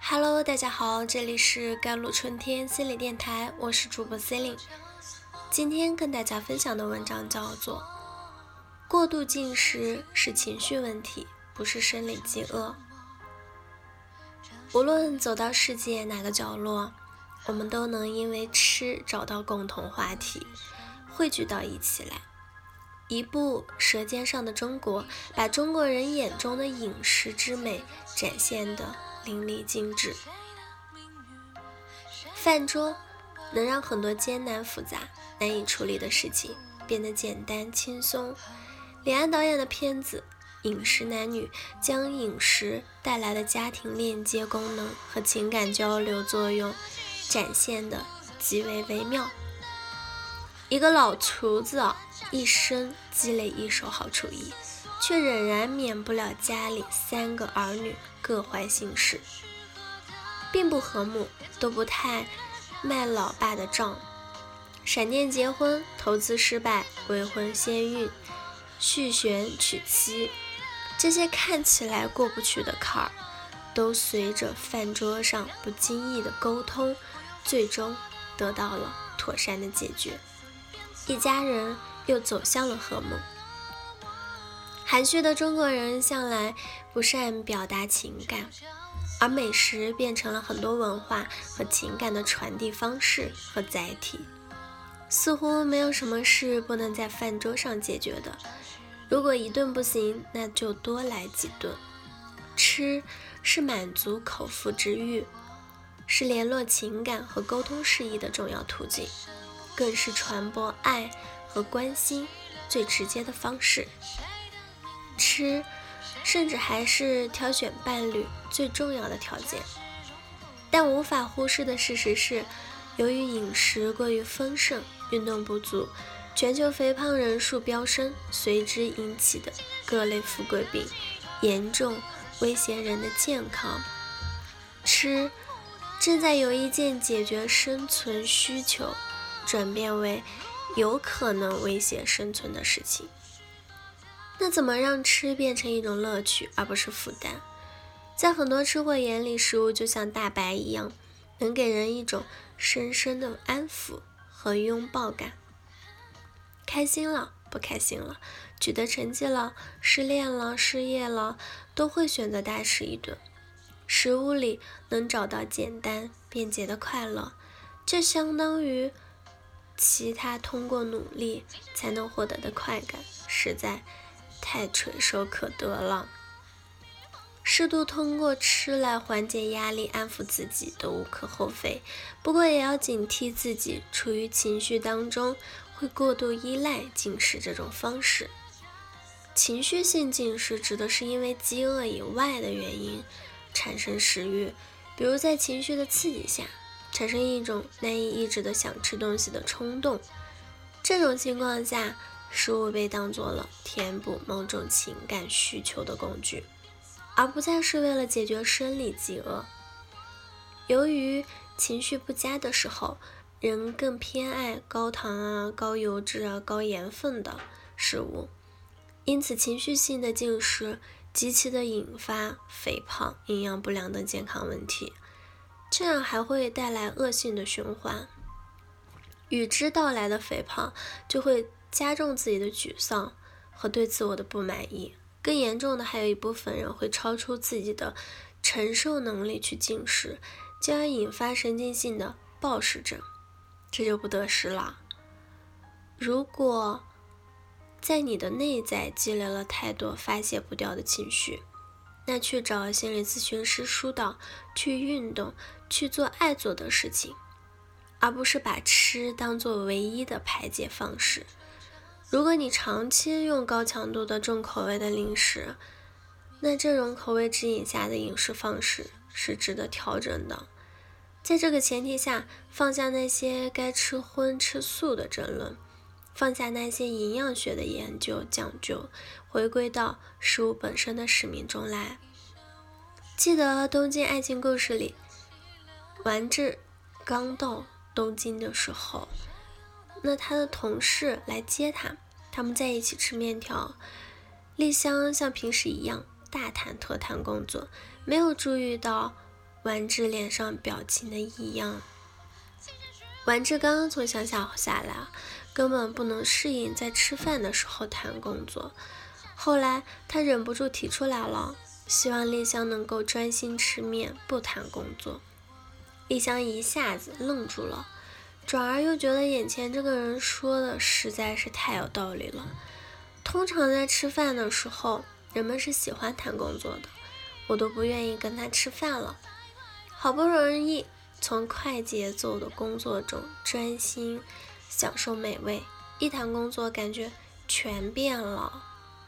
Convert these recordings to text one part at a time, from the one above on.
Hello， 大家好，这里是甘露春天心理电台，我是主播 Celine。今天跟大家分享的文章叫做过度进食是情绪问题，不是生理饥饿。无论走到世界哪个角落，我们都能因为吃找到共同话题，汇聚到一起来。一部《舌尖上的中国》把中国人眼中的饮食之美展现得淋漓尽致。饭桌能让很多艰难复杂难以处理的事情变得简单轻松。李安导演的片子《饮食男女》将饮食带来的家庭链接功能和情感交流作用展现得极为微妙。一个老厨子一生积累一手好厨艺，却仍然免不了家里3个儿女各怀心事，并不和睦，都不太卖老爸的账。闪电结婚，投资失败，未婚先孕，续弦娶妻，这些看起来过不去的坎儿，都随着饭桌上不经意的沟通，最终得到了妥善的解决。一家人又走向了和睦。含蓄的中国人向来不善表达情感，而美食变成了很多文化和情感的传递方式和载体。似乎没有什么事不能在饭桌上解决的，如果一顿不行，那就多来几顿。吃是满足口腹之欲，是联络情感和沟通事宜的重要途径，更是传播爱和关心最直接的方式。吃甚至还是挑选伴侣最重要的条件。但无法忽视的事实是，由于饮食过于丰盛，运动不足，全球肥胖人数飙升，随之引起的各类富贵病严重威胁人的健康。吃正在有意见解决生存需求，转变为有可能威胁生存的事情。那怎么让吃变成一种乐趣而不是负担？在很多吃货眼里，食物就像大白一样，能给人一种深深的安抚和拥抱感。开心了，不开心了，取得成绩了，失恋了，失业了，都会选择大吃一顿。食物里能找到简单便捷的快乐，这相当于其他通过努力才能获得的快感，实在太垂手可得了。适度通过吃来缓解压力安抚自己都无可厚非，不过也要警惕自己处于情绪当中会过度依赖进食这种方式。情绪性进食指的是因为饥饿以外的原因产生食欲，比如在情绪的刺激下产生一种难以抑制的想吃东西的冲动。这种情况下，食物被当作了填补某种情感需求的工具，而不再是为了解决生理饥饿。由于情绪不佳的时候，人更偏爱高糖高油脂高盐分的食物，因此情绪性的进食极其的引发肥胖、营养不良等健康问题，这样还会带来恶性的循环。与之到来的肥胖就会加重自己的沮丧和对自我的不满意，更严重的还有一部分人会超出自己的承受能力去进食，进而引发神经性的暴食症，这就不得失了。如果在你的内在积累了太多发泄不掉的情绪，那去找心理咨询师疏导，去运动，去做爱做的事情，而不是把吃当作唯一的排解方式。如果你长期用高强度的重口味的零食，那这种口味指引下的饮食方式是值得调整的。在这个前提下，放下那些该吃荤吃素的争论，放下那些营养学的研究讲究，回归到食物本身的使命中来。记得《东京爱情故事》里，丸治刚到东京的时候，那他的同事来接他，他们在一起吃面条。丽香像平时一样大谈特谈工作，没有注意到完治脸上表情的异样。完治刚刚从乡下下来，根本不能适应在吃饭的时候谈工作。后来他忍不住提出来了，希望丽香能够专心吃面，不谈工作。丽香一下子愣住了，转而又觉得眼前这个人说的实在是太有道理了。通常在吃饭的时候，人们是喜欢谈工作的，我都不愿意跟他吃饭了。好不容易从快节奏的工作中专心享受美味，一谈工作感觉全变了。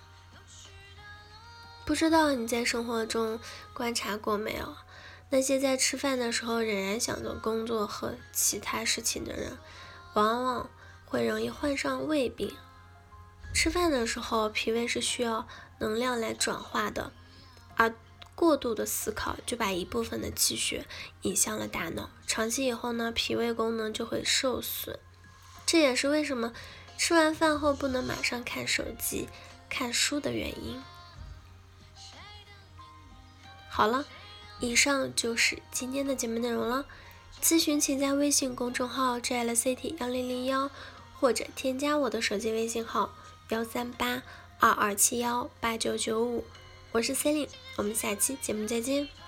不知道你在生活中观察过没有，那些在吃饭的时候仍然想着工作和其他事情的人，往往会容易患上胃病。吃饭的时候，脾胃是需要能量来转化的，而过度的思考就把一部分的气血引向了大脑，长期以后呢，脾胃功能就会受损。这也是为什么吃完饭后不能马上看手机、看书的原因。好了，以上就是今天的节目内容了。咨询请在微信公众号 JLCT1001 或者添加我的手机微信号13822718995，我是 Celine，我们下期节目再见。